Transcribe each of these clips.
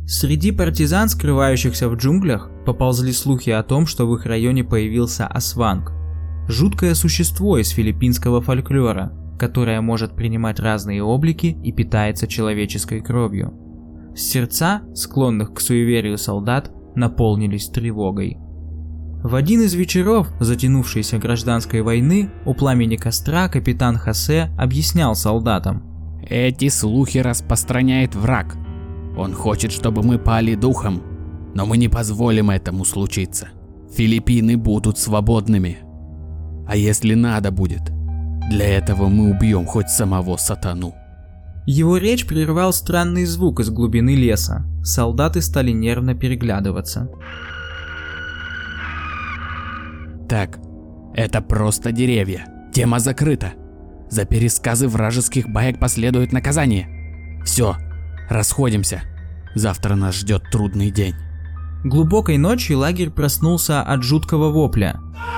Среди партизан, скрывающихся в джунглях, поползли слухи о том, что в их районе появился Асванг. Жуткое существо из филиппинского фольклора, которое может принимать разные облики и питается человеческой кровью. Сердца, склонных к суеверию солдат, наполнились тревогой. В один из вечеров затянувшейся гражданской войны у пламени костра капитан Хосе объяснял солдатам: «Эти слухи распространяет враг. Он хочет, чтобы мы пали духом, но мы не позволим этому случиться. Филиппины будут свободными. А если надо будет, для этого мы убьем хоть самого сатану». Его речь прервал странный звук из глубины леса. Солдаты стали нервно переглядываться. Так, это просто деревья. Тема закрыта. За пересказы вражеских баек последует наказание. Все, расходимся. Завтра нас ждет трудный день. Глубокой ночью лагерь проснулся от жуткого вопля.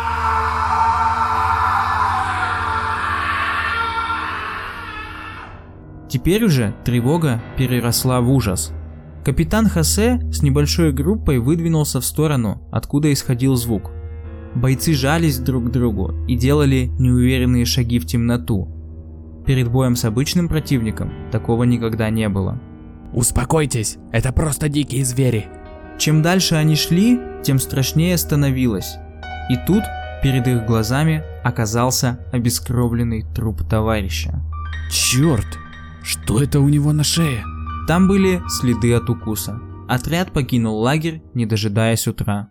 Теперь уже тревога переросла в ужас. Капитан Хосе с небольшой группой выдвинулся в сторону, откуда исходил звук. Бойцы жались друг к другу и делали неуверенные шаги в темноту. Перед боем с обычным противником такого никогда не было. Успокойтесь, это просто дикие звери. Чем дальше они шли, тем страшнее становилось. И тут перед их глазами оказался обескровленный труп товарища. Черт, что это у него на шее? Там были следы от укуса. Отряд покинул лагерь, не дожидаясь утра.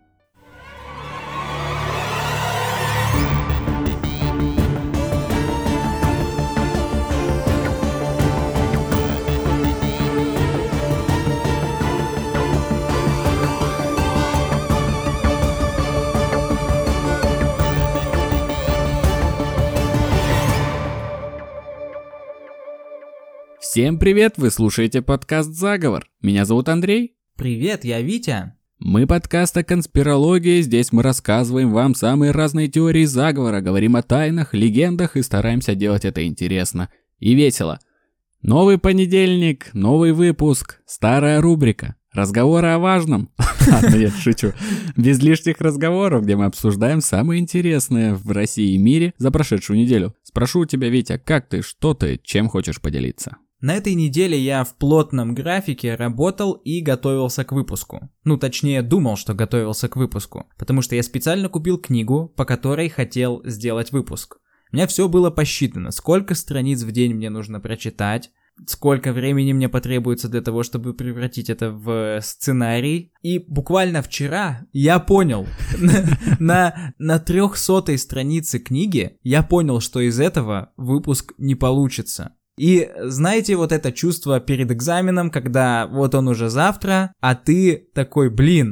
Всем привет, вы слушаете подкаст «Заговор». Меня зовут Андрей. Привет, я Витя. Мы подкаст о конспирологии, здесь мы рассказываем вам самые разные теории заговора, говорим о тайнах, легендах и стараемся делать это интересно и весело. Новый понедельник, новый выпуск, старая рубрика. Разговоры о важном. Ладно, я шучу. Без лишних разговоров, где мы обсуждаем самое интересное в России и мире за прошедшую неделю. Спрошу у тебя, Витя, как ты, что ты, чем хочешь поделиться? На этой неделе я в плотном графике работал и готовился к выпуску. Точнее, думал, что готовился к выпуску. Потому что я специально купил книгу, по которой хотел сделать выпуск. У меня все было посчитано. Сколько страниц в день мне нужно прочитать, сколько времени мне потребуется для того, чтобы превратить это в сценарий. И буквально вчера я понял, на 300-й странице книги я понял, что из этого выпуск не получится. И знаете, вот это чувство перед экзаменом, когда вот он уже завтра, а ты такой,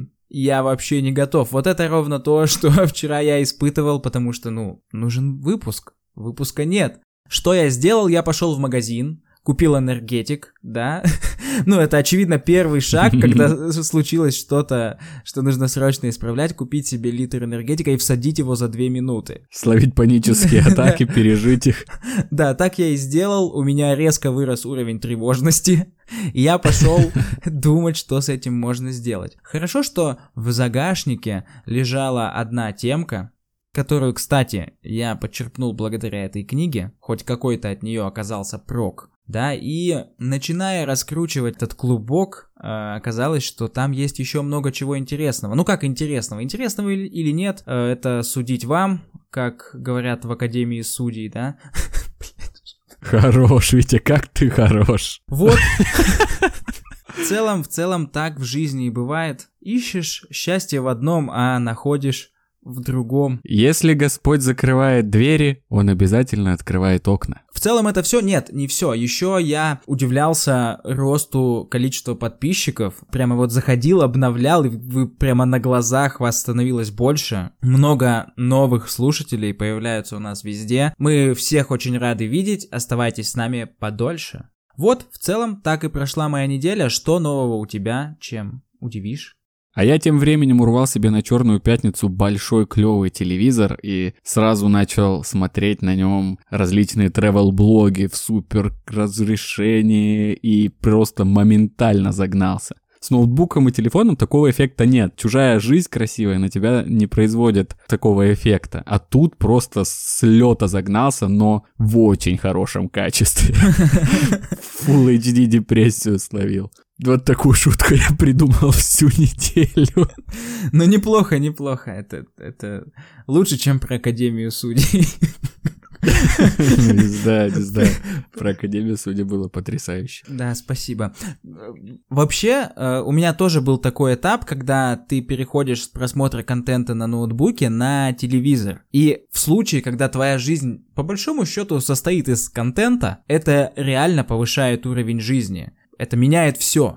я вообще не готов. Вот это ровно то, что вчера я испытывал, потому что, нужен выпуск. Выпуска нет. Что я сделал? Я пошел в магазин, купил энергетик, да. Это, очевидно, первый шаг, когда случилось что-то, что нужно срочно исправлять, купить себе литр энергетика и всадить его за 2 минуты. Словить панические атаки, пережить их. Да, так я и сделал. У меня резко вырос уровень тревожности. И я пошел думать, что с этим можно сделать. Хорошо, что в загашнике лежала одна темка, которую, кстати, я подчерпнул благодаря этой книге, хоть какой-то от нее оказался прок. Да, и начиная раскручивать этот клубок, оказалось, что там есть еще много чего интересного. Как интересного? Интересного или нет, это судить вам, как говорят в Академии судей, да? Хорош, Витя, как ты хорош. Вот. В целом так в жизни и бывает. Ищешь счастье в одном, а находишь в другом. Если Господь закрывает двери, Он обязательно открывает окна. В целом это все? Нет, не все. Еще я удивлялся росту количества подписчиков. Прямо вот заходил, обновлял, и вы прямо на глазах вас становилось больше. Много новых слушателей появляются у нас везде. Мы всех очень рады видеть. Оставайтесь с нами подольше. Вот, в целом, так и прошла моя неделя. Что нового у тебя? Чем удивишь? А я тем временем урвал себе на Черную пятницу большой клевый телевизор и сразу начал смотреть на нем различные travel-блоги в супер разрешении и просто моментально загнался. С ноутбуком и телефоном такого эффекта нет. Чужая жизнь красивая на тебя не производит такого эффекта. А тут просто с лёта загнался, но в очень хорошем качестве. Full HD депрессию словил. Вот такую шутку я придумал всю неделю. Ну, неплохо. Это лучше, чем про Академию судей. Не знаю. Про Академию судей было потрясающе. Да, спасибо. Вообще, у меня тоже был такой этап, когда ты переходишь с просмотра контента на ноутбуке на телевизор. И в случае, когда твоя жизнь, по большому счету, состоит из контента, это реально повышает уровень жизни. Это меняет все.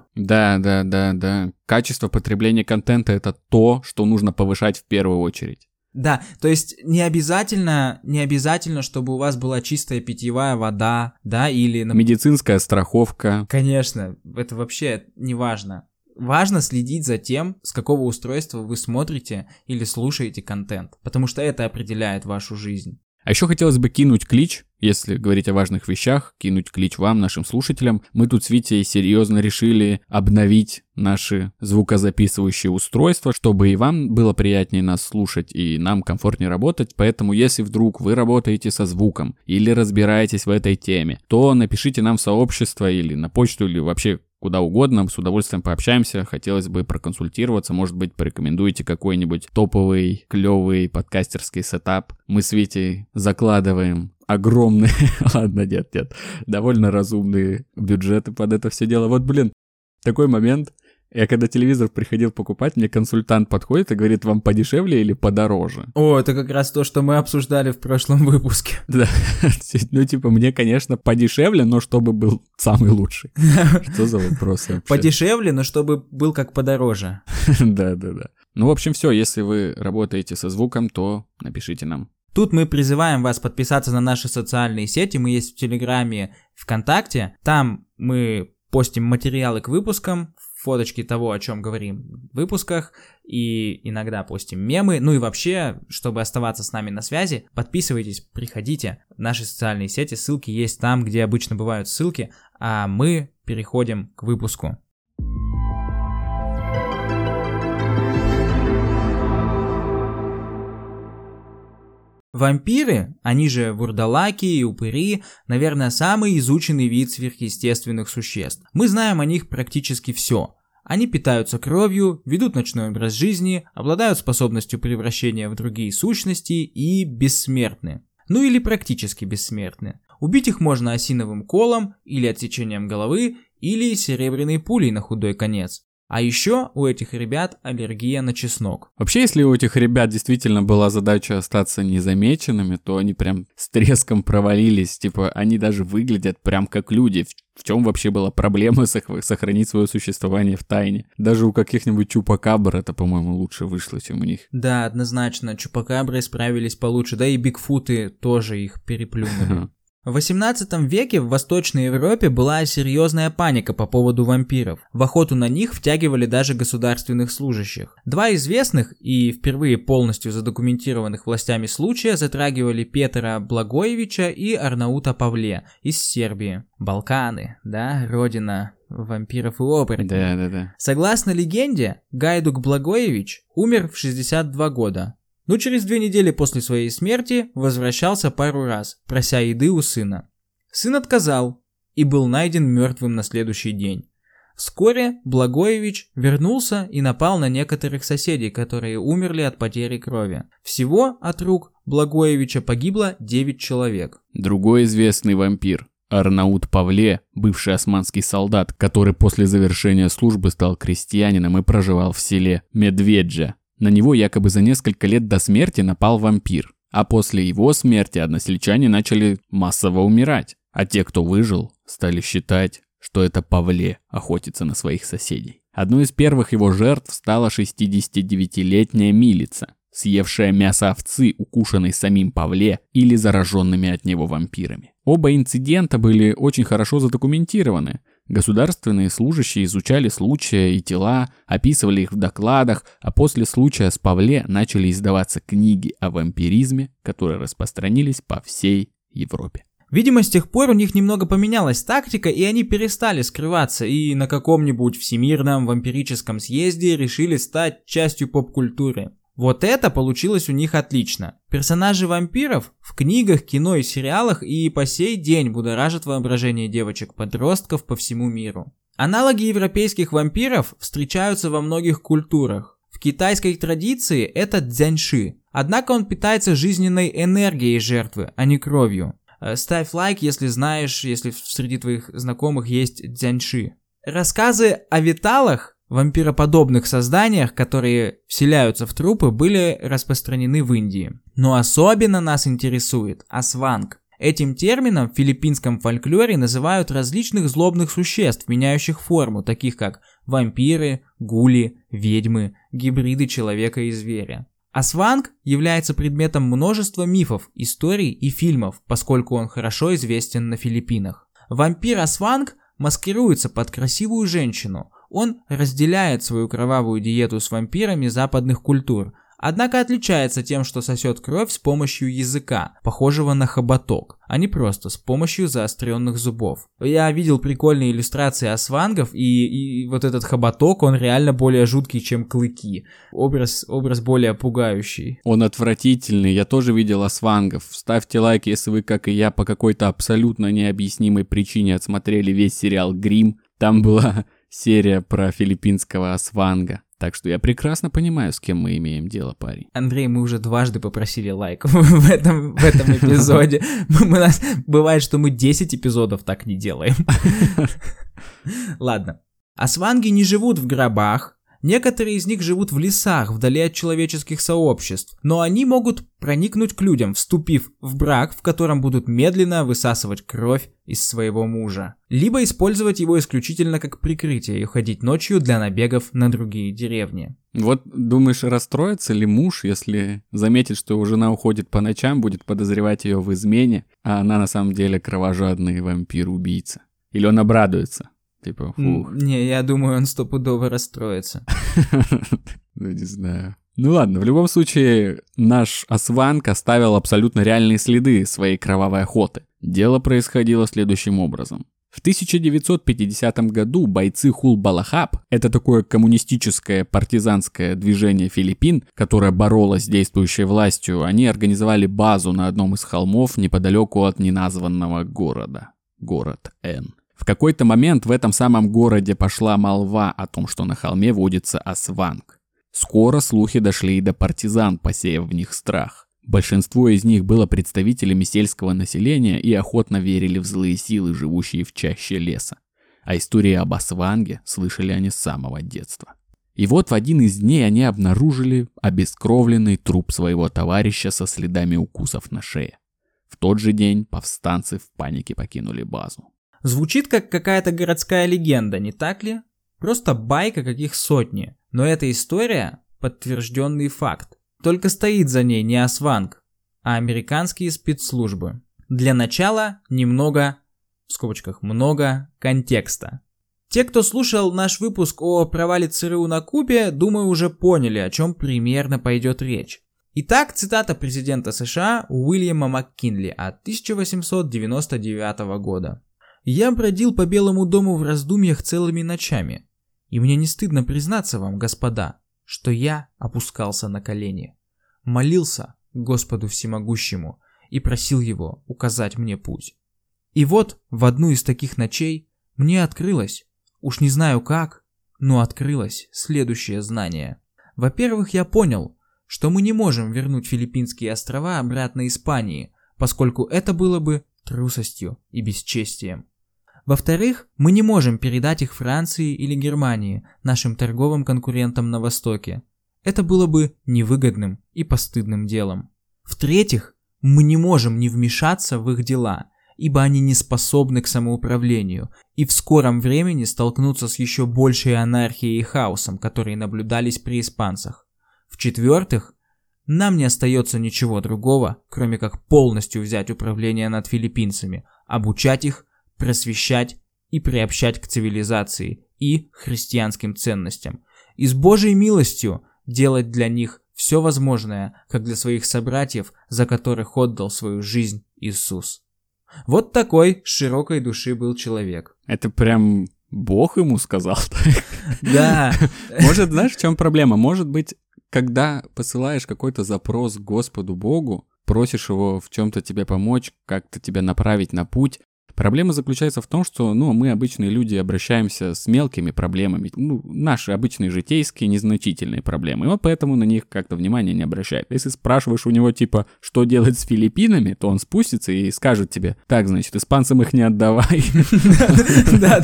Да. Качество потребления контента — это то, что нужно повышать в первую очередь. Да, то есть не обязательно, чтобы у вас была чистая питьевая вода, да, или... Медицинская страховка. Конечно, это вообще не важно. Важно следить за тем, с какого устройства вы смотрите или слушаете контент, потому что это определяет вашу жизнь. А еще хотелось бы кинуть клич, если говорить о важных вещах, кинуть клич вам, нашим слушателям. Мы тут с Витей серьезно решили обновить наши звукозаписывающие устройства, чтобы и вам было приятнее нас слушать, и нам комфортнее работать. Поэтому, если вдруг вы работаете со звуком или разбираетесь в этой теме, то напишите нам в сообщество или на почту, или вообще куда угодно, с удовольствием пообщаемся, хотелось бы проконсультироваться, может быть, порекомендуете какой-нибудь топовый, клевый подкастерский сетап. Мы с Витей закладываем огромные, ладно, нет, довольно разумные бюджеты под это все дело. Вот, такой момент, я когда телевизор приходил покупать, мне консультант подходит и говорит, вам подешевле или подороже? О, это как раз то, что мы обсуждали в прошлом выпуске. Да, мне, конечно, подешевле, но чтобы был самый лучший. Что за вопрос вообще? Подешевле, но чтобы был как подороже. Да. Ну, в общем, все, если вы работаете со звуком, то напишите нам. Тут мы призываем вас подписаться на наши социальные сети, мы есть в Телеграме, ВКонтакте, там мы постим материалы к выпускам, фоточки того, о чем говорим в выпусках, и иногда постим мемы. Ну и вообще, чтобы оставаться с нами на связи, подписывайтесь, приходите в наши социальные сети, ссылки есть там, где обычно бывают ссылки, а мы переходим к выпуску. Вампиры, они же вурдалаки и упыри, наверное, самый изученный вид сверхъестественных существ. Мы знаем о них практически все. Они питаются кровью, ведут ночной образ жизни, обладают способностью превращения в другие сущности и бессмертны. Ну или практически бессмертны. Убить их можно осиновым колом или отсечением головы, или серебряной пулей на худой конец. А еще у этих ребят аллергия на чеснок. Вообще, если у этих ребят действительно была задача остаться незамеченными, то они прям с треском провалились. Типа, они даже выглядят прям как люди. В чем вообще была проблема сохранить свое существование в тайне? Даже у каких-нибудь чупакабр это, по-моему, лучше вышло, чем у них. Да, однозначно, чупакабры справились получше, да и бигфуты тоже их переплюнули. В 18 веке в Восточной Европе была серьезная паника по поводу вампиров. В охоту на них втягивали даже государственных служащих. Два известных и впервые полностью задокументированных властями случая затрагивали Петра Благоевича и Арнаута Павле из Сербии. Балканы, да, родина вампиров и оборотней. Да. Согласно легенде, Гайдук Благоевич умер в 62 года. Но через 2 недели после своей смерти возвращался пару раз, прося еды у сына. Сын отказал и был найден мертвым на следующий день. Вскоре Благоевич вернулся и напал на некоторых соседей, которые умерли от потери крови. Всего от рук Благоевича погибло 9 человек. Другой известный вампир, Арнаут Павле, бывший османский солдат, который после завершения службы стал крестьянином и проживал в селе Медведжа. На него якобы за несколько лет до смерти напал вампир, а после его смерти односельчане начали массово умирать, а те, кто выжил, стали считать, что это Павле охотится на своих соседей. Одной из первых его жертв стала 69-летняя Милица, съевшая мясо овцы, укушенной самим Павле или зараженными от него вампирами. Оба инцидента были очень хорошо задокументированы. Государственные служащие изучали случаи и тела, описывали их в докладах, а после случая с Павле начали издаваться книги о вампиризме, которые распространились по всей Европе. Видимо, с тех пор у них немного поменялась тактика, и они перестали скрываться, и на каком-нибудь всемирном вампирическом съезде решили стать частью поп-культуры. Вот это получилось у них отлично. Персонажи вампиров в книгах, кино и сериалах и по сей день будоражат воображение девочек-подростков по всему миру. Аналоги европейских вампиров встречаются во многих культурах. В китайской традиции это дзяньши, однако он питается жизненной энергией жертвы, а не кровью. Ставь лайк, если знаешь, если среди твоих знакомых есть дзяньши. Рассказы о виталах, вампироподобных созданиях, которые вселяются в трупы, были распространены в Индии. Но особенно нас интересует асванг. Этим термином в филиппинском фольклоре называют различных злобных существ, меняющих форму, таких как вампиры, гули, ведьмы, гибриды человека и зверя. Асванг является предметом множества мифов, историй и фильмов, поскольку он хорошо известен на Филиппинах. Вампир Асванг маскируется под красивую женщину. Он разделяет свою кровавую диету с вампирами западных культур, однако отличается тем, что сосет кровь с помощью языка, похожего на хоботок, а не просто с помощью заостренных зубов. Я видел прикольные иллюстрации асвангов, и вот этот хоботок, он реально более жуткий, чем клыки. Образ более пугающий. Он отвратительный, я тоже видел асвангов. Ставьте лайк, если вы, как и я, по какой-то абсолютно необъяснимой причине отсмотрели весь сериал «Гримм». Там была серия про филиппинского асванга. Так что я прекрасно понимаю, с кем мы имеем дело, парень. Андрей, мы уже дважды попросили лайк в этом эпизоде. Бывает, что мы 10 эпизодов так не делаем. Ладно. Асванги не живут в гробах. Некоторые из них живут в лесах, вдали от человеческих сообществ, но они могут проникнуть к людям, вступив в брак, в котором будут медленно высасывать кровь из своего мужа, либо использовать его исключительно как прикрытие и ходить ночью для набегов на другие деревни. Вот думаешь, расстроится ли муж, если заметит, что его жена уходит по ночам, будет подозревать ее в измене, а она на самом деле кровожадный вампир-убийца? Или он обрадуется? Типа, фух. Не, я думаю, он стопудово расстроится. Ну, не знаю. Ну ладно, в любом случае, наш асванг оставил абсолютно реальные следы своей кровавой охоты. Дело происходило следующим образом. В 1950 году бойцы Хул-Балахап, это такое коммунистическое партизанское движение Филиппин, которое боролось с действующей властью, они организовали базу на одном из холмов неподалеку от неназванного города. Город Н. В какой-то момент в этом самом городе пошла молва о том, что на холме водится асванг. Скоро слухи дошли и до партизан, посеяв в них страх. Большинство из них было представителями сельского населения и охотно верили в злые силы, живущие в чаще леса. А истории об асванге слышали они с самого детства. И вот в один из дней они обнаружили обескровленный труп своего товарища со следами укусов на шее. В тот же день повстанцы в панике покинули базу. Звучит как какая-то городская легенда, не так ли? Просто байка, каких сотни. Но эта история – подтвержденный факт. Только стоит за ней не асванг, а американские спецслужбы. Для начала немного, в скобочках много, контекста. Те, кто слушал наш выпуск о провале ЦРУ на Кубе, думаю, уже поняли, о чем примерно пойдет речь. Итак, цитата президента США Уильяма МакКинли от 1899 года. «Я бродил по Белому дому в раздумьях целыми ночами, и мне не стыдно признаться вам, господа, что я опускался на колени, молился Господу Всемогущему и просил Его указать мне путь. И вот в одну из таких ночей мне открылось, уж не знаю как, но открылось следующее знание. Во-первых, я понял, что мы не можем вернуть Филиппинские острова обратно Испании, поскольку это было бы трусостью и бесчестием. Во-вторых, мы не можем передать их Франции или Германии, нашим торговым конкурентам на Востоке. Это было бы невыгодным и постыдным делом. В-третьих, мы не можем не вмешаться в их дела, ибо они не способны к самоуправлению и в скором времени столкнутся с еще большей анархией и хаосом, которые наблюдались при испанцах. В-четвертых, нам не остается ничего другого, кроме как полностью взять управление над филиппинцами, обучать их, просвещать и приобщать к цивилизации и христианским ценностям, и с Божьей милостью делать для них все возможное, как для своих собратьев, за которых отдал свою жизнь Иисус. Вот такой широкой души был человек. Это прям Бог ему сказал. Да. Может, знаешь, в чем проблема? Может быть, когда посылаешь какой-то запрос к Господу Богу, просишь его в чем-то тебе помочь, как-то тебя направить на путь, проблема заключается в том, что, мы, обычные люди, обращаемся с мелкими проблемами, наши обычные житейские, незначительные проблемы, и он поэтому на них как-то внимания не обращает. Если спрашиваешь у него, типа, что делать с Филиппинами, то он спустится и скажет тебе: так, значит, испанцам их не отдавай. Да.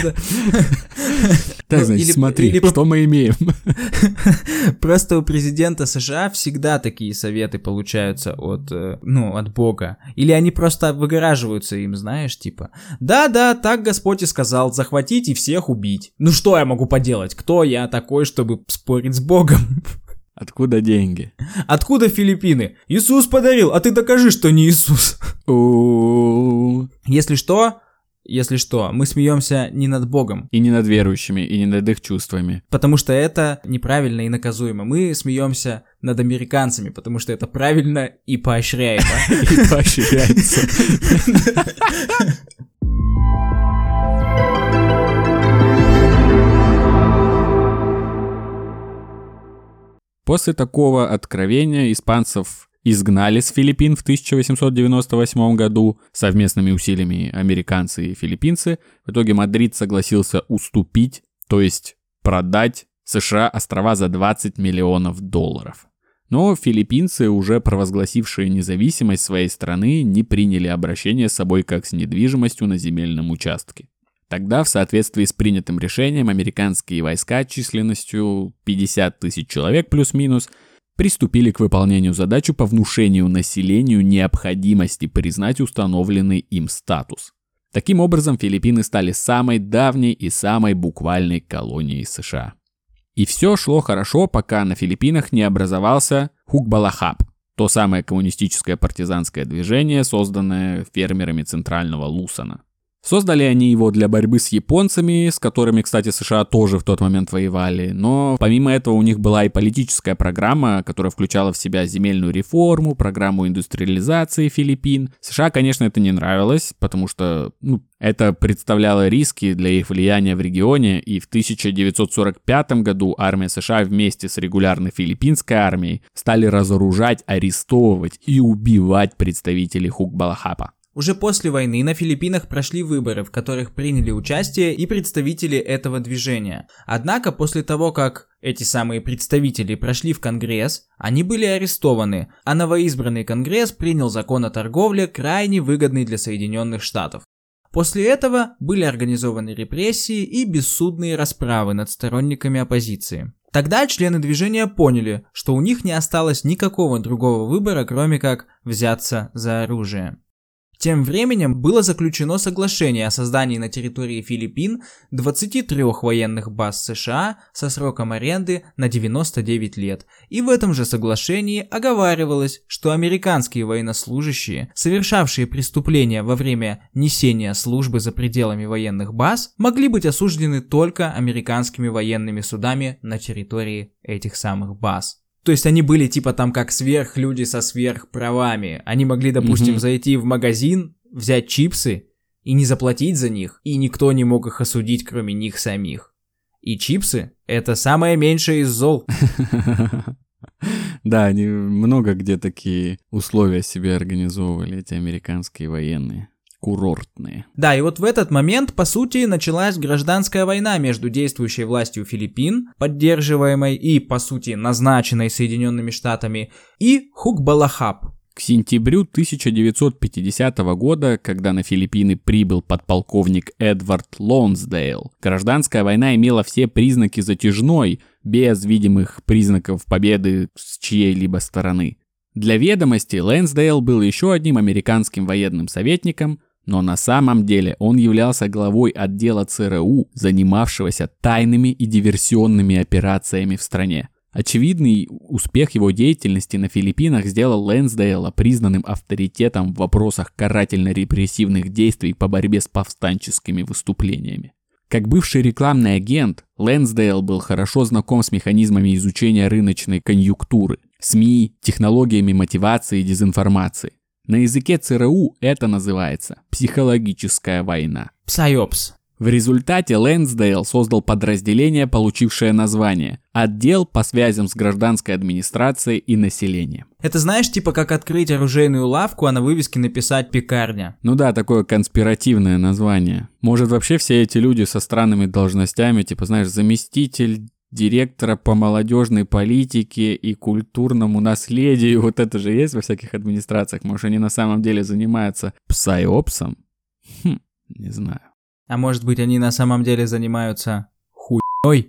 Так, значит, смотри, что мы имеем. Просто у президента США всегда такие советы получаются от Бога. Или они просто выгораживаются им, знаешь, типа: да, так Господь и сказал, захватить и всех убить. Ну что я могу поделать? Кто я такой, чтобы спорить с Богом? Откуда деньги? Откуда Филиппины? Иисус подарил, а ты докажи, что не Иисус. Если что, мы смеемся не над Богом. И не над верующими, и не над их чувствами. Потому что это неправильно и наказуемо. Мы смеемся над американцами, потому что это правильно и поощряемо. И поощряется. После такого откровения испанцев изгнали с Филиппин в 1898 году совместными усилиями американцы и филиппинцы. В итоге Мадрид согласился уступить, то есть продать США острова за $20 миллионов. Но филиппинцы, уже провозгласившие независимость своей страны, не приняли обращение с собой как с недвижимостью на земельном участке. Тогда, в соответствии с принятым решением, американские войска численностью 50 тысяч человек плюс-минус приступили к выполнению задачи по внушению населению необходимости признать установленный им статус. Таким образом, Филиппины стали самой давней и самой буквальной колонией США. И все шло хорошо, пока на Филиппинах не образовался Хукбалахап, то самое коммунистическое партизанское движение, созданное фермерами центрального Лусона. Создали они его для борьбы с японцами, с которыми, кстати, США тоже в тот момент воевали, но помимо этого у них была и политическая программа, которая включала в себя земельную реформу, программу индустриализации Филиппин. США, конечно, это не нравилось, потому что, это представляло риски для их влияния в регионе, и в 1945 году армия США вместе с регулярной филиппинской армией стали разоружать, арестовывать и убивать представителей Хукбалахапа. Уже после войны на Филиппинах прошли выборы, в которых приняли участие и представители этого движения. Однако после того, как эти самые представители прошли в Конгресс, они были арестованы, а новоизбранный Конгресс принял закон о торговле, крайне выгодный для Соединенных Штатов. После этого были организованы репрессии и бессудные расправы над сторонниками оппозиции. Тогда члены движения поняли, что у них не осталось никакого другого выбора, кроме как взяться за оружие. Тем временем было заключено соглашение о создании на территории Филиппин 23 военных баз США со сроком аренды на 99 лет, и в этом же соглашении оговаривалось, что американские военнослужащие, совершавшие преступления во время несения службы за пределами военных баз, могли быть осуждены только американскими военными судами на территории этих самых баз. То есть они были типа там как сверхлюди со сверхправами. Они могли, допустим, зайти в магазин, взять чипсы и не заплатить за них, и никто не мог их осудить, кроме них самих. И чипсы — это самое меньшее из зол. Да, они много где такие условия себе организовывали, эти американские военные. Курортные. Да, и вот в этот момент, по сути, началась гражданская война между действующей властью Филиппин, поддерживаемой и, по сути, назначенной Соединенными Штатами, и Хукбалахап. К сентябрю 1950 года, когда на Филиппины прибыл подполковник Эдвард Лонсдейл, гражданская война имела все признаки затяжной, без видимых признаков победы с чьей-либо стороны. Для ведомости, Лонсдейл был еще одним американским военным советником, но на самом деле он являлся главой отдела ЦРУ, занимавшегося тайными и диверсионными операциями в стране. Очевидный успех его деятельности на Филиппинах сделал Лонсдейла признанным авторитетом в вопросах карательно-репрессивных действий по борьбе с повстанческими выступлениями. Как бывший рекламный агент, Лонсдейл был хорошо знаком с механизмами изучения рыночной конъюнктуры, СМИ, технологиями мотивации и дезинформации. На языке ЦРУ это называется психологическая война. Psyops. В результате Лэнсдейл создал подразделение, получившее название «Отдел по связям с гражданской администрацией и населением». Это знаешь, типа как открыть оружейную лавку, а на вывеске написать «пекарня». Ну да, такое конспиративное название. Может, вообще все эти люди со странными должностями, типа, знаешь, заместитель директора по молодежной политике и культурному наследию, вот это же есть во всяких администрациях. Может, они на самом деле занимаются псайопсом? Не знаю. А может быть, они на самом деле занимаются хуйней?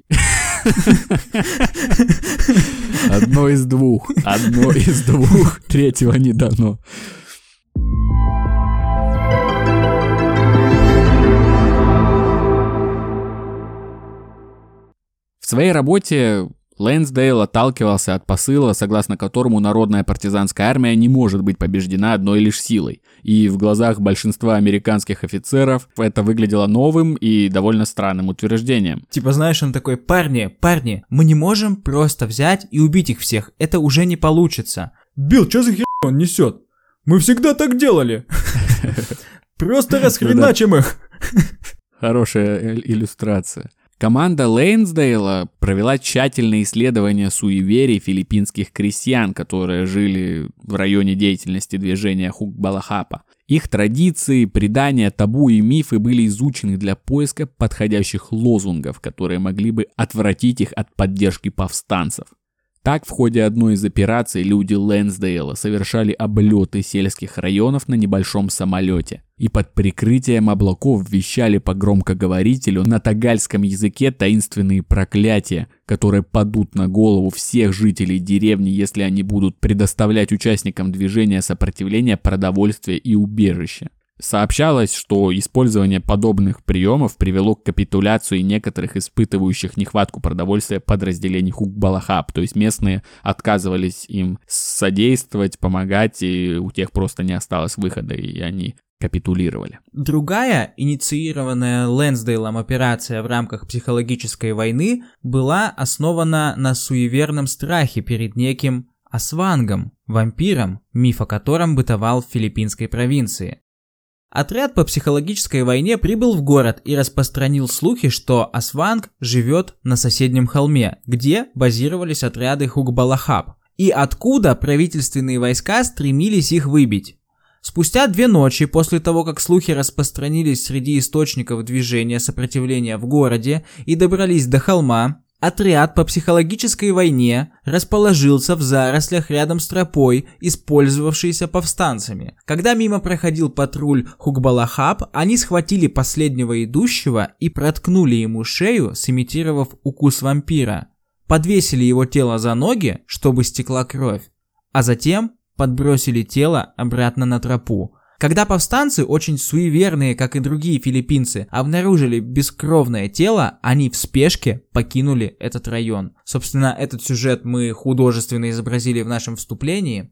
Одно из двух. Третьего не дано. В своей работе Лэнсдейл отталкивался от посыла, согласно которому народная партизанская армия не может быть побеждена одной лишь силой. И в глазах большинства американских офицеров это выглядело новым и довольно странным утверждением. Типа, знаешь, он такой: парни, мы не можем просто взять и убить их всех, это уже не получится. Билл, что за херня он несет? Мы всегда так делали. Просто расхреначим их. Хорошая иллюстрация. Команда Лэнсдейла провела тщательное исследование суеверий филиппинских крестьян, которые жили в районе деятельности движения Хугбалахапа. Их традиции, предания, табу и мифы были изучены для поиска подходящих лозунгов, которые могли бы отвратить их от поддержки повстанцев. Так, в ходе одной из операций люди Лэнсдейла совершали облеты сельских районов на небольшом самолете и под прикрытием облаков вещали по громкоговорителю на тагальском языке таинственные проклятия, которые падут на голову всех жителей деревни, если они будут предоставлять участникам движения сопротивления продовольствия и убежища. Сообщалось, что использование подобных приемов привело к капитуляции некоторых испытывающих нехватку продовольствия подразделений Хугбалахап, то есть местные отказывались им содействовать, помогать, и у тех просто не осталось выхода, и они капитулировали. Другая, инициированная Лэнсдейлом операция в рамках психологической войны была основана на суеверном страхе перед неким Асвангом, вампиром, миф о котором бытовал в филиппинской провинции. Отряд по психологической войне прибыл в город и распространил слухи, что Асванг живет на соседнем холме, где базировались отряды Хугбалахап, и откуда правительственные войска стремились их выбить. Спустя 2 ночи после того, как слухи распространились среди источников движения сопротивления в городе и добрались до холма, отряд по психологической войне расположился в зарослях рядом с тропой, использовавшейся повстанцами. Когда мимо проходил патруль Хугбалахап, они схватили последнего идущего и проткнули ему шею, сымитировав укус вампира. Подвесили его тело за ноги, чтобы стекла кровь, а затем подбросили тело обратно на тропу. Когда повстанцы, очень суеверные, как и другие филиппинцы, обнаружили бескровное тело, они в спешке покинули этот район. Собственно, этот сюжет мы художественно изобразили в нашем вступлении.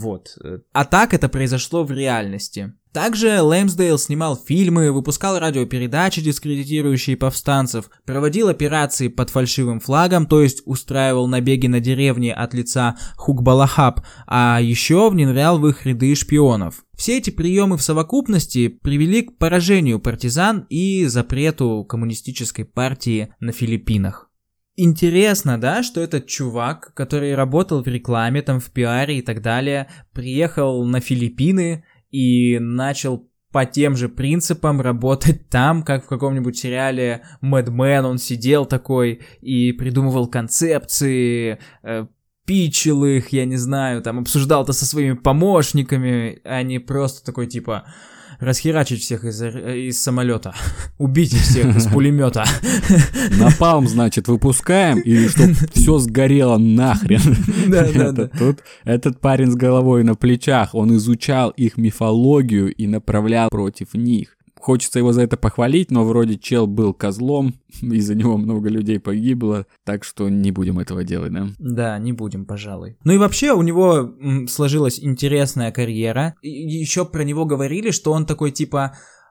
А так это произошло в реальности. Также Лэнсдейл снимал фильмы, выпускал радиопередачи, дискредитирующие повстанцев, проводил операции под фальшивым флагом, то есть устраивал набеги на деревни от лица Хугбалахап, а еще внедрял в их ряды шпионов. Все эти приемы в совокупности привели к поражению партизан и запрету коммунистической партии на Филиппинах. Интересно, да, что этот чувак, который работал в рекламе, там в пиаре и так далее, приехал на Филиппины и начал по тем же принципам работать там, как в каком-нибудь сериале Mad Men. Он сидел такой и придумывал концепции, питчил их, я не знаю, там обсуждал это со своими помощниками, а не просто такой типа расхерачить всех из самолета, убить всех из пулемета. Напалм, значит, выпускаем, и чтоб все сгорело нахрен. Да. Тут этот парень с головой на плечах, он изучал их мифологию и направлял против них. Хочется его за это похвалить, но вроде чел был козлом, из-за него много людей погибло, так что не будем этого делать, да? Да, не будем, пожалуй. Ну и вообще у него сложилась интересная карьера. Еще про него говорили, что он такой типа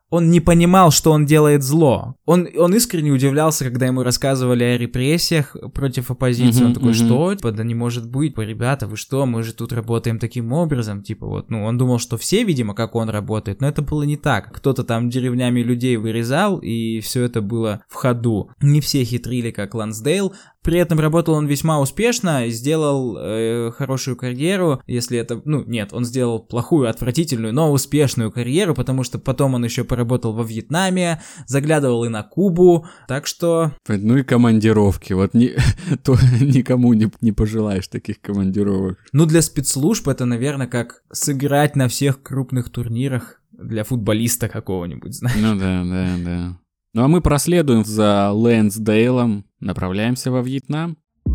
он не понимал, что он делает зло. Он искренне удивлялся, когда ему рассказывали о репрессиях против оппозиции. Он такой, что? Да не может быть, ребята, вы что, мы же тут работаем таким образом. Типа вот, он думал, что все, видимо, как он работает, но это было не так. Кто-то там деревнями людей вырезал, и все это было в ходу. Не все хитрили, как Лансдейл. При этом работал он весьма успешно, сделал хорошую карьеру, если это... Нет, он сделал плохую, отвратительную, но успешную карьеру, потому что потом он еще поработал во Вьетнаме, заглядывал и на Кубу, так что... И командировки, вот никому не пожелаешь таких командировок. Для спецслужб это, наверное, как сыграть на всех крупных турнирах для футболиста какого-нибудь, знаешь. Да. Ну а мы проследуем за Лэнсдейлом, направляемся во Вьетнам.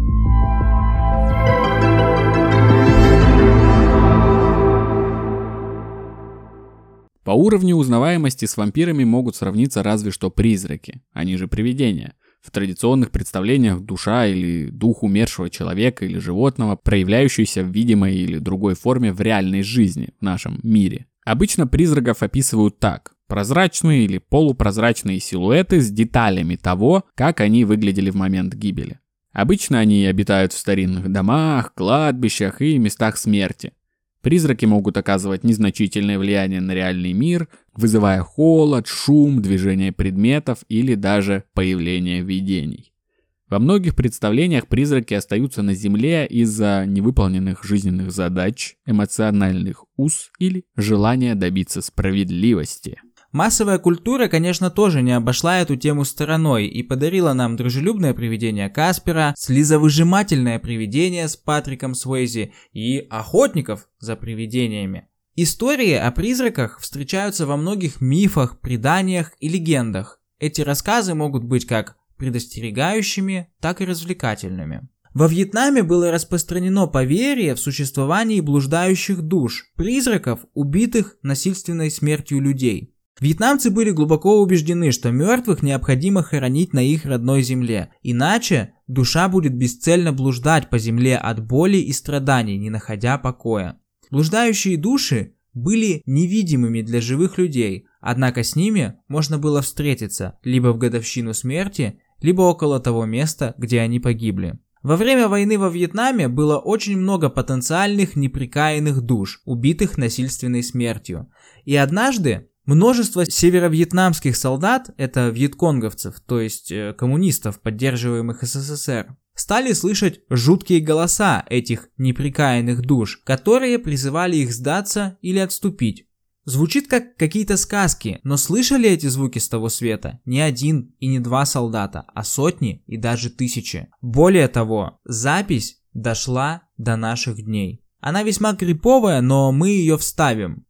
По уровню узнаваемости с вампирами могут сравниться разве что призраки, они же привидения. В традиционных представлениях душа или дух умершего человека или животного, проявляющийся в видимой или другой форме в реальной жизни в нашем мире. Обычно призраков описывают так. Прозрачные или полупрозрачные силуэты с деталями того, как они выглядели в момент гибели. Обычно они обитают в старинных домах, кладбищах и местах смерти. Призраки могут оказывать незначительное влияние на реальный мир, вызывая холод, шум, движение предметов или даже появление видений. Во многих представлениях призраки остаются на Земле из-за невыполненных жизненных задач, эмоциональных уз или желания добиться справедливости. Массовая культура, конечно, тоже не обошла эту тему стороной и подарила нам дружелюбное привидение Каспера, слезовыжимательное привидение с Патриком Суэйзи и охотников за привидениями. Истории о призраках встречаются во многих мифах, преданиях и легендах. Эти рассказы могут быть как предостерегающими, так и развлекательными. Во Вьетнаме было распространено поверье в существовании блуждающих душ, призраков, убитых насильственной смертью людей. Вьетнамцы были глубоко убеждены, что мертвых необходимо хоронить на их родной земле, иначе душа будет бесцельно блуждать по земле от боли и страданий, не находя покоя. Блуждающие души были невидимыми для живых людей, однако с ними можно было встретиться либо в годовщину смерти, либо около того места, где они погибли. Во время войны во Вьетнаме было очень много потенциальных неприкаянных душ, убитых насильственной смертью. И однажды множество северо-вьетнамских солдат, это вьетконговцев, то есть коммунистов, поддерживаемых СССР, стали слышать жуткие голоса этих неприкаянных душ, которые призывали их сдаться или отступить. Звучит как какие-то сказки, но слышали эти звуки с того света не один и не два солдата, а сотни и даже тысячи. Более того, запись дошла до наших дней. Она весьма криповая, но мы ее вставим.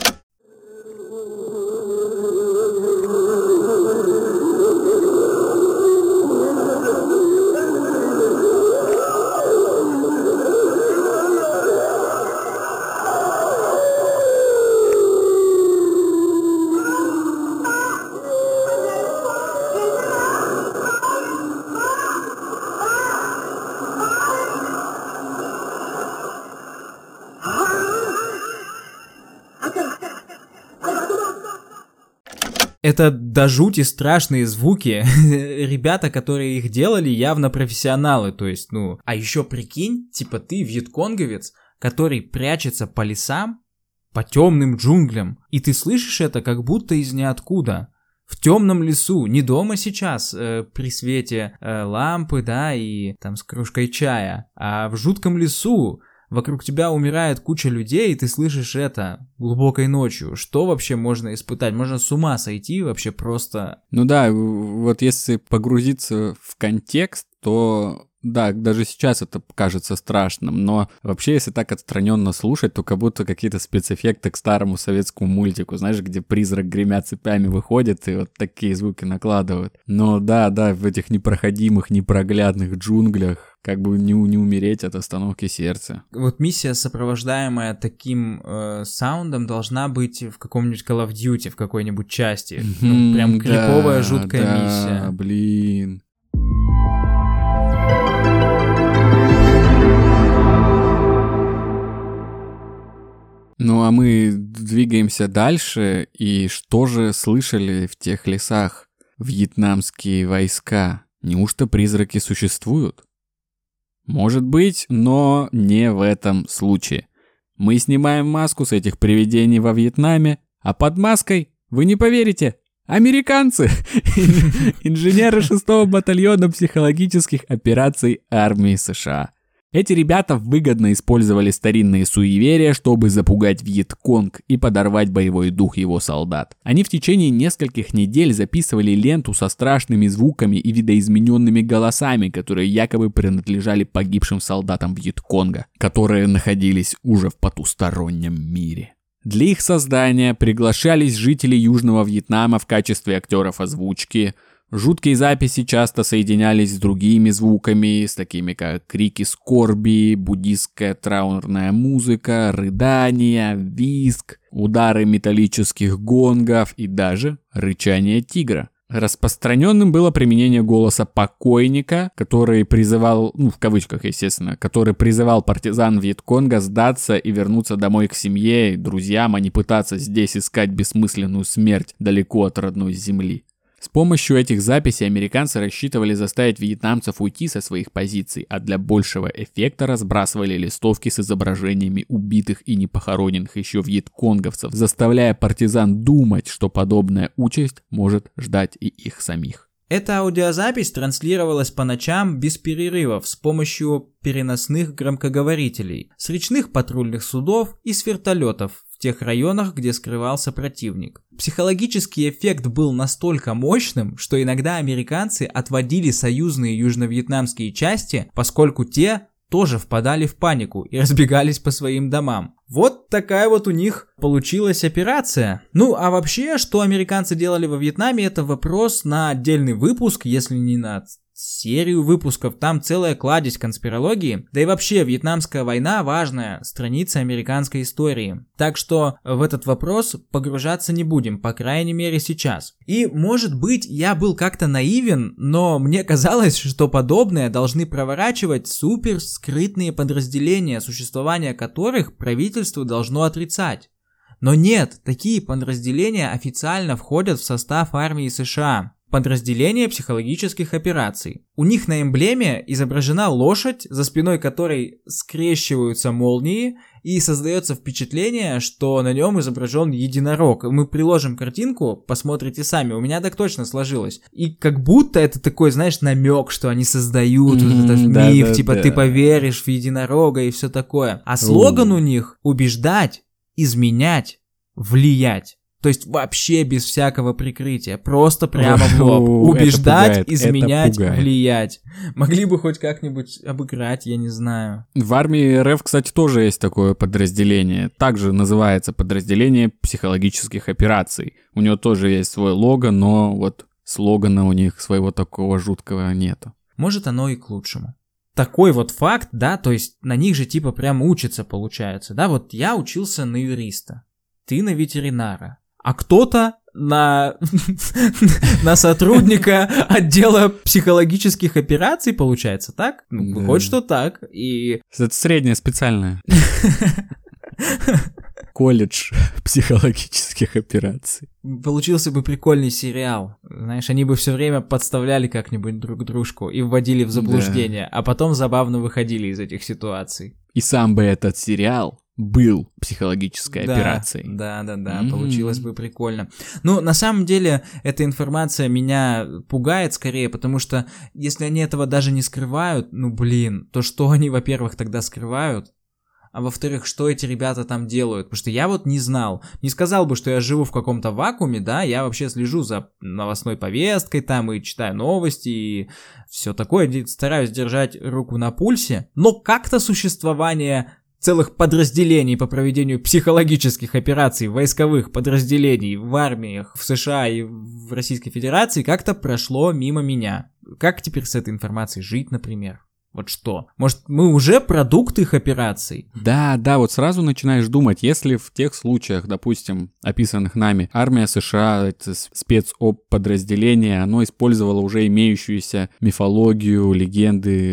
Это до жути страшные звуки. Ребята, которые их делали, явно профессионалы. То есть, а еще прикинь, типа ты вьетконговец, который прячется по лесам, по темным джунглям, и ты слышишь это как будто из ниоткуда. В темном лесу, не дома сейчас, при свете лампы, да, и там с кружкой чая, а в жутком лесу. Вокруг тебя умирает куча людей, и ты слышишь это глубокой ночью. Что вообще можно испытать? Можно с ума сойти вообще просто. Ну да, вот если погрузиться в контекст, то да, даже сейчас это кажется страшным, но вообще, если так отстраненно слушать, то как будто какие-то спецэффекты к старому советскому мультику, знаешь, где призрак, гремя цепями, выходит и вот такие звуки накладывают. Но да, в этих непроходимых, непроглядных джунглях как бы не умереть от остановки сердца. Вот миссия, сопровождаемая таким саундом, должна быть в каком-нибудь Call of Duty, в какой-нибудь части. Прям криповая, жуткая миссия. Да, блин. Ну а мы двигаемся двигаемся дальше, и что же слышали в тех лесах вьетнамские войска? Неужто призраки существуют? Может быть, но не в этом случае. Мы снимаем маску с этих привидений во Вьетнаме, а под маской, вы не поверите, американцы, инженеры 6-го батальона психологических операций армии США. Эти ребята выгодно использовали старинные суеверия, чтобы запугать Вьетконг и подорвать боевой дух его солдат. Они в течение нескольких недель записывали ленту со страшными звуками и видоизмененными голосами, которые якобы принадлежали погибшим солдатам Вьетконга, которые находились уже в потустороннем мире. Для их создания приглашались жители Южного Вьетнама в качестве актеров озвучки. Жуткие записи часто соединялись с другими звуками, с такими как крики скорби, буддистская траурная музыка, рыдания, визг, удары металлических гонгов и даже рычание тигра. Распространенным было применение голоса покойника, который призывал, в кавычках, естественно, который призывал партизан Вьетконга сдаться и вернуться домой к семье и друзьям, а не пытаться здесь искать бессмысленную смерть далеко от родной земли. С помощью этих записей американцы рассчитывали заставить вьетнамцев уйти со своих позиций, а для большего эффекта разбрасывали листовки с изображениями убитых и непохороненных еще вьетконговцев, заставляя партизан думать, что подобная участь может ждать и их самих. Эта аудиозапись транслировалась по ночам без перерывов с помощью переносных громкоговорителей, с речных патрульных судов и с вертолетов в тех районах, где скрывался противник. Психологический эффект был настолько мощным, что иногда американцы отводили союзные южно-вьетнамские части, поскольку те тоже впадали в панику и разбегались по своим домам. Вот такая вот у них получилась операция. Ну а вообще, что американцы делали во Вьетнаме, это вопрос на отдельный выпуск, если не на серию выпусков, там целая кладезь конспирологии. Да и вообще, Вьетнамская война важная страница американской истории. Так что в этот вопрос погружаться не будем, по крайней мере сейчас. И может быть я был как-то наивен, но мне казалось, что подобное должны проворачивать супер скрытные подразделения, существование которых правительство должно отрицать. Но нет, такие подразделения официально входят в состав армии США. Подразделение психологических операций. У них на эмблеме изображена лошадь, за спиной которой скрещиваются молнии, и создается впечатление, что на нем изображен единорог. Мы приложим картинку, посмотрите сами, у меня так точно сложилось. И как будто это такой, знаешь, намек, что они создают вот этот миф, типа ты поверишь в единорога и все такое. А слоган у них: убеждать, изменять, влиять. То есть вообще без всякого прикрытия. Просто прямо в лоб. Убеждать, изменять, влиять. Могли бы хоть как-нибудь обыграть, я не знаю. В армии РФ, кстати, тоже есть такое подразделение. Также называется подразделение психологических операций. У него тоже есть свой лого, но вот слогана у них своего такого жуткого нету. Может, оно и к лучшему. Такой вот факт, да, то есть на них же типа прям учатся, получается. Да, вот я учился на юриста, ты на ветеринара. А кто-то на сотрудника отдела психологических операций, получается, так? Ну, выходит, что так. И... Это среднее специальное. Колледж психологических операций. Получился бы прикольный сериал. Знаешь, они бы все время подставляли как-нибудь друг дружку и вводили в заблуждение, а потом забавно выходили из этих ситуаций. И сам бы этот сериал был психологической операцией. Да, получилось бы прикольно. Ну, на самом деле, эта информация меня пугает скорее, потому что если они этого даже не скрывают, то что они, во-первых, тогда скрывают? А во-вторых, что эти ребята там делают? Потому что я вот не знал. Не сказал бы, что я живу в каком-то вакууме, да, я вообще слежу за новостной повесткой там и читаю новости и все такое, стараюсь держать руку на пульсе, но как-то существование целых подразделений по проведению психологических операций, войсковых подразделений в армиях в США и в Российской Федерации как-то прошло мимо меня. Как теперь с этой информацией жить, например? Вот что? Может, мы уже продукт их операций? Да, вот сразу начинаешь думать, если в тех случаях, допустим, описанных нами, армия США, это спецоподразделение, оно использовало уже имеющуюся мифологию, легенды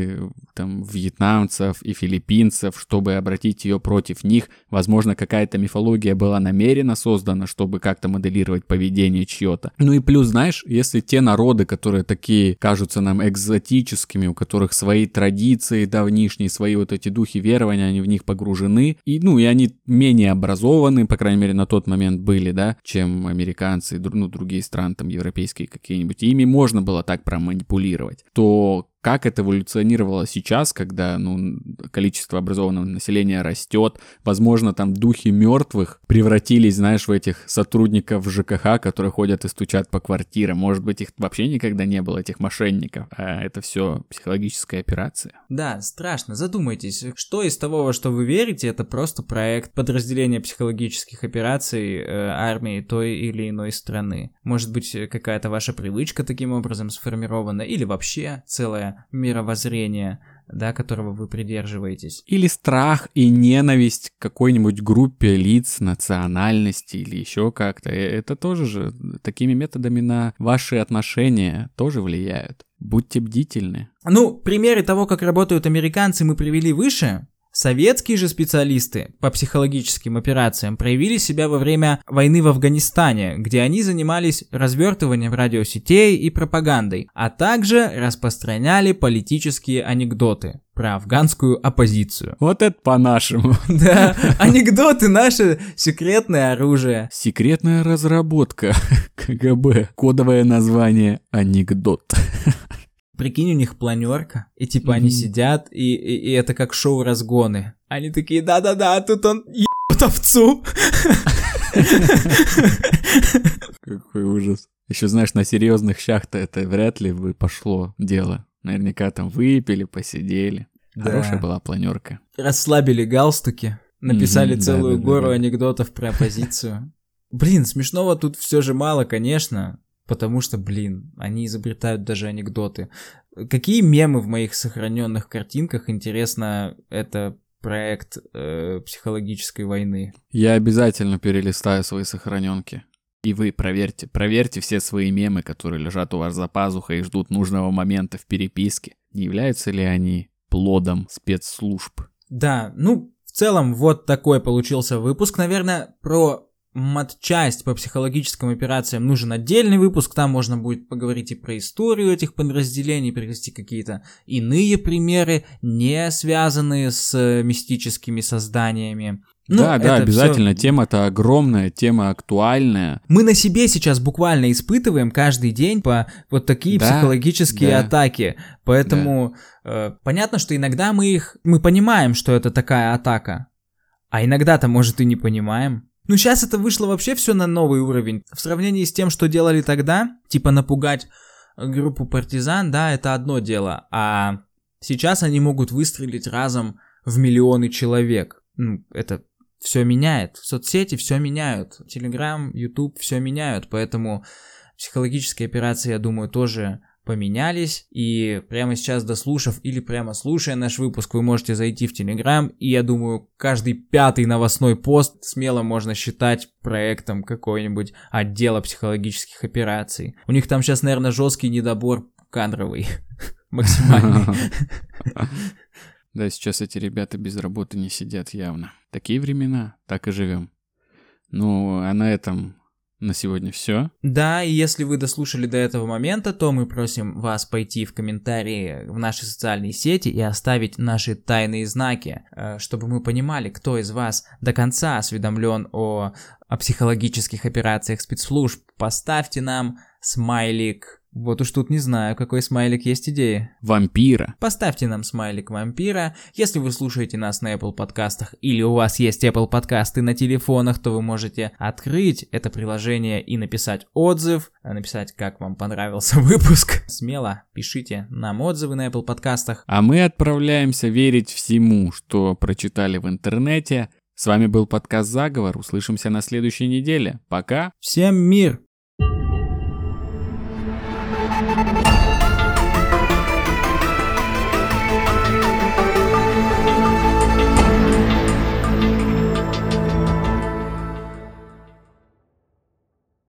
там вьетнамцев и филиппинцев, чтобы обратить ее против них. Возможно, какая-то мифология была намеренно создана, чтобы как-то моделировать поведение чье-то. Ну и плюс, знаешь, если те народы, которые такие кажутся нам экзотическими, у которых свои традиции давнишние, свои вот эти духи верования, они в них погружены, и они менее образованы, по крайней мере, на тот момент были, да, чем американцы, другие страны, там, европейские какие-нибудь, и ими можно было так проманипулировать, то как это эволюционировало сейчас, когда количество образованного населения растет, возможно, там духи мертвых превратились, знаешь, в этих сотрудников ЖКХ, которые ходят и стучат по квартирам. Может быть, их вообще никогда не было, этих мошенников, а это все психологическая операция. Да, страшно. Задумайтесь, что из того, во что вы верите, это просто проект подразделения психологических операций армии той или иной страны. Может быть, какая-то ваша привычка таким образом сформирована, или вообще целая мировоззрение, да, которого вы придерживаетесь. Или страх и ненависть к какой-нибудь группе лиц, национальности или еще как-то. Это тоже же такими методами на ваши отношения тоже влияют. Будьте бдительны. Примеры того, как работают американцы, мы привели выше. Советские же специалисты по психологическим операциям проявили себя во время войны в Афганистане, где они занимались развертыванием радиосетей и пропагандой, а также распространяли политические анекдоты про афганскую оппозицию. Вот это по-нашему. Да, анекдоты — наше секретное оружие. Секретная разработка КГБ. Кодовое название анекдот. Прикинь, у них планерка, и они сидят, и это как шоу-разгоны. Они такие, да-да-да, а тут он ебет овцу. Какой ужас. Еще, знаешь, на серьезных щах-то это вряд ли бы пошло дело. Наверняка там выпили, посидели. Да. Хорошая была планерка. Расслабили галстуки, написали целую гору анекдотов про оппозицию. Блин, смешного тут все же мало, конечно. Потому что, они изобретают даже анекдоты. Какие мемы в моих сохраненных картинках, интересно, это проект психологической войны? Я обязательно перелистаю свои сохраненки. И вы проверьте все свои мемы, которые лежат у вас за пазухой и ждут нужного момента в переписке. Не являются ли они плодом спецслужб? Да, в целом вот такой получился выпуск. Наверное, про матчасть по психологическим операциям нужен отдельный выпуск, там можно будет поговорить и про историю этих подразделений, привести какие-то иные примеры, не связанные с мистическими созданиями. Да, обязательно, всё... тема-то огромная, тема актуальная. Мы на себе сейчас буквально испытываем каждый день по вот такие психологические атаки, поэтому понятно, что иногда мы понимаем, что это такая атака, а иногда-то, может, и не понимаем. Сейчас это вышло вообще все на новый уровень. В сравнении с тем, что делали тогда, напугать группу партизан, да, это одно дело. А сейчас они могут выстрелить разом в миллионы человек. Это все меняет. Соцсети все меняют. Telegram, YouTube все меняют. Поэтому психологические операции, я думаю, тоже поменялись, и прямо сейчас, дослушав или прямо слушая наш выпуск, вы можете зайти в Telegram, и я думаю, каждый 5-й новостной пост смело можно считать проектом какой-нибудь отдела психологических операций. У них там сейчас, наверное, жесткий недобор кадровый, максимальный. Да, сейчас эти ребята без работы не сидят явно. Такие времена, так и живем. А на этом... На сегодня все. Да, и если вы дослушали до этого момента, то мы просим вас пойти в комментарии в наши социальные сети и оставить наши тайные знаки, чтобы мы понимали, кто из вас до конца осведомлен о психологических операциях спецслужб. Поставьте нам смайлик. Вот уж тут не знаю, какой смайлик, есть идеи. Вампира. Поставьте нам смайлик вампира. Если вы слушаете нас на Apple подкастах или у вас есть Apple подкасты на телефонах, то вы можете открыть это приложение и написать отзыв, написать, как вам понравился выпуск. Смело пишите нам отзывы на Apple подкастах. А мы отправляемся верить всему, что прочитали в интернете. С вами был подкаст «Заговор». Услышимся на следующей неделе. Пока. Всем мир.